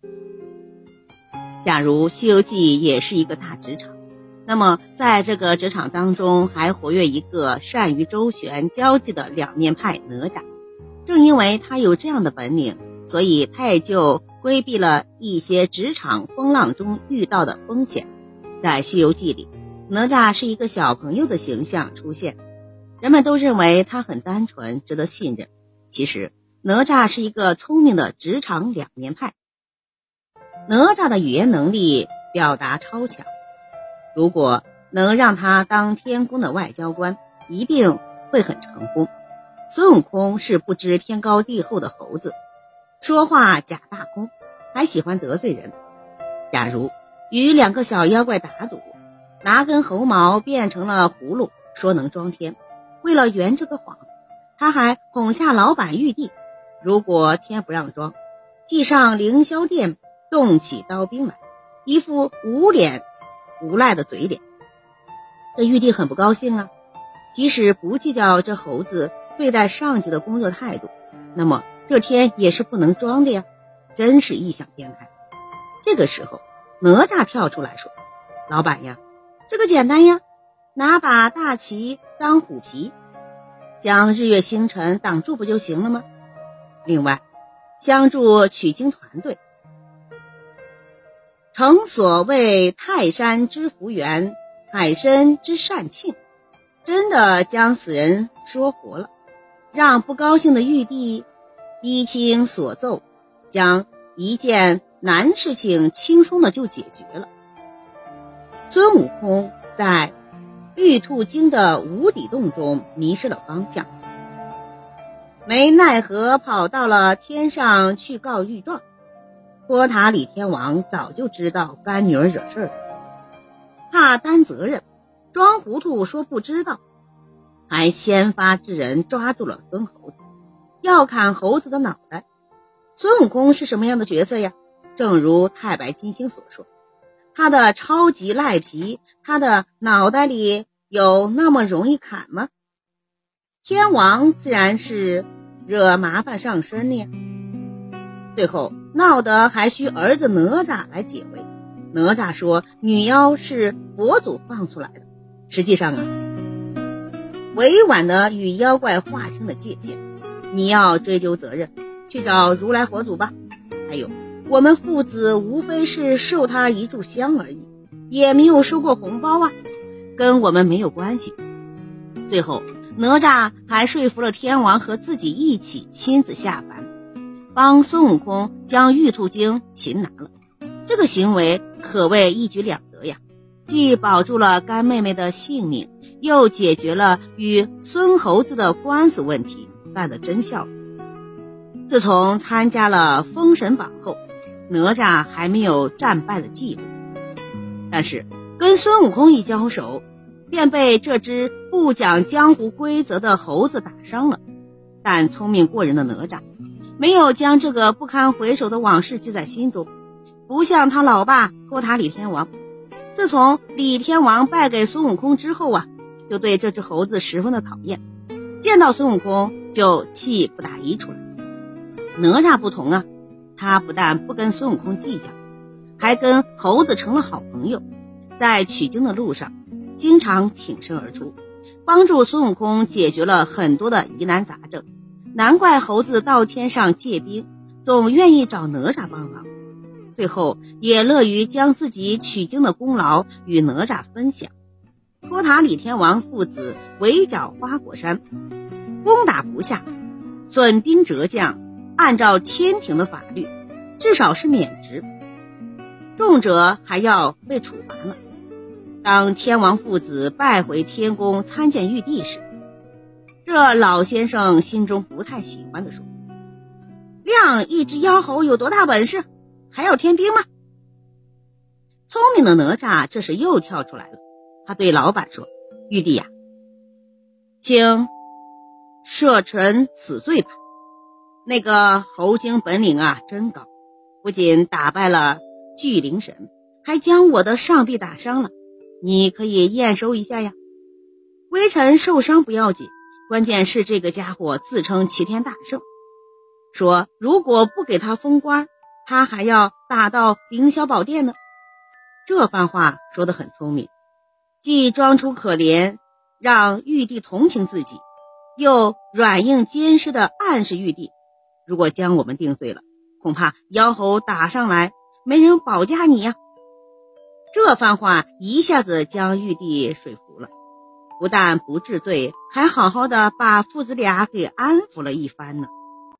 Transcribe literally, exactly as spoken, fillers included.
假如《西游记》也是一个大职场，那么在这个职场当中还活跃一个善于周旋交际的两面派哪吒。正因为他有这样的本领，所以他也就规避了一些职场风浪中遇到的风险。在《西游记》里，哪吒是一个小朋友的形象出现，人们都认为他很单纯，值得信任。其实哪吒是一个聪明的职场两面派。哪吒的语言能力表达超强，如果能让他当天宫的外交官，一定会很成功。孙悟空是不知天高地厚的猴子，说话假大空，还喜欢得罪人。假如与两个小妖怪打赌，拿根猴毛变成了葫芦，说能装天，为了圆这个谎，他还哄下老板玉帝，如果天不让装，即上凌霄殿动起刀兵来，一副无脸无赖的嘴脸。这玉帝很不高兴啊，即使不计较这猴子对待上级的工作态度，那么这天也是不能装的呀，真是异想天开。这个时候哪吒跳出来说，老板呀，这个简单呀，拿把大旗当虎皮，将日月星辰挡住不就行了吗？另外相助取经团队，诚所谓泰山之福源，海参之善庆，真的将死人说活了，让不高兴的玉帝依卿所奏，将一件难事情轻松的就解决了。孙悟空在玉兔精的无底洞中迷失了方向，没奈何跑到了天上去告御状。托塔李天王早就知道干女儿惹事了，怕担责任，装糊涂说不知道，还先发制人抓住了孙猴子，要砍猴子的脑袋。孙悟空是什么样的角色呀？正如太白金星所说，他的超级赖皮，他的脑袋里有那么容易砍吗？天王自然是惹麻烦上身了呀。最后闹得还需儿子哪吒来解围。哪吒说女妖是佛祖放出来的，实际上啊，委婉的与妖怪划清了界限。你要追究责任，去找如来佛祖吧。还有，我们父子无非是受他一炷香而已，也没有收过红包啊，跟我们没有关系。最后哪吒还说服了天王和自己一起亲自下凡，帮孙悟空将玉兔精擒拿了。这个行为可谓一举两得呀，既保住了干妹妹的性命，又解决了与孙猴子的官司问题，干得真效率。自从参加了封神榜后，哪吒还没有战败的记录，但是跟孙悟空一交手，便被这只不讲江湖规则的猴子打伤了。但聪明过人的哪吒没有将这个不堪回首的往事记在心中，不像他老爸托塔李天王，自从李天王败给孙悟空之后啊，就对这只猴子十分的讨厌，见到孙悟空就气不打一处来。哪吒不同啊，他不但不跟孙悟空计较，还跟猴子成了好朋友，在取经的路上经常挺身而出，帮助孙悟空解决了很多的疑难杂症。难怪猴子到天上借兵，总愿意找哪吒帮忙，最后也乐于将自己取经的功劳与哪吒分享。托塔李天王父子围剿花果山，攻打不下，损兵折将，按照天庭的法律至少是免职，重者还要被处罚呢。当天王父子败回天宫参见玉帝时，这老先生心中不太喜欢地说，亮一只妖猴有多大本事，还要天兵吗？聪明的哪吒这时又跳出来了，他对老板说，玉帝呀、啊，请赦臣此罪吧。那个猴精本领啊真高，不仅打败了巨灵神，还将我的上臂打伤了，你可以验收一下呀。微臣受伤不要紧，关键是这个家伙自称齐天大圣，说如果不给他封官， 他还要打到凌霄宝殿呢。这番话说得很聪明，既装出可怜，让玉帝同情自己，又软硬兼施地暗示玉帝，如果将我们定罪了，恐怕妖猴打上来，没人保驾你呀。这番话一下子将玉帝说服了，不但不治罪，还好好的把父子俩给安抚了一番呢。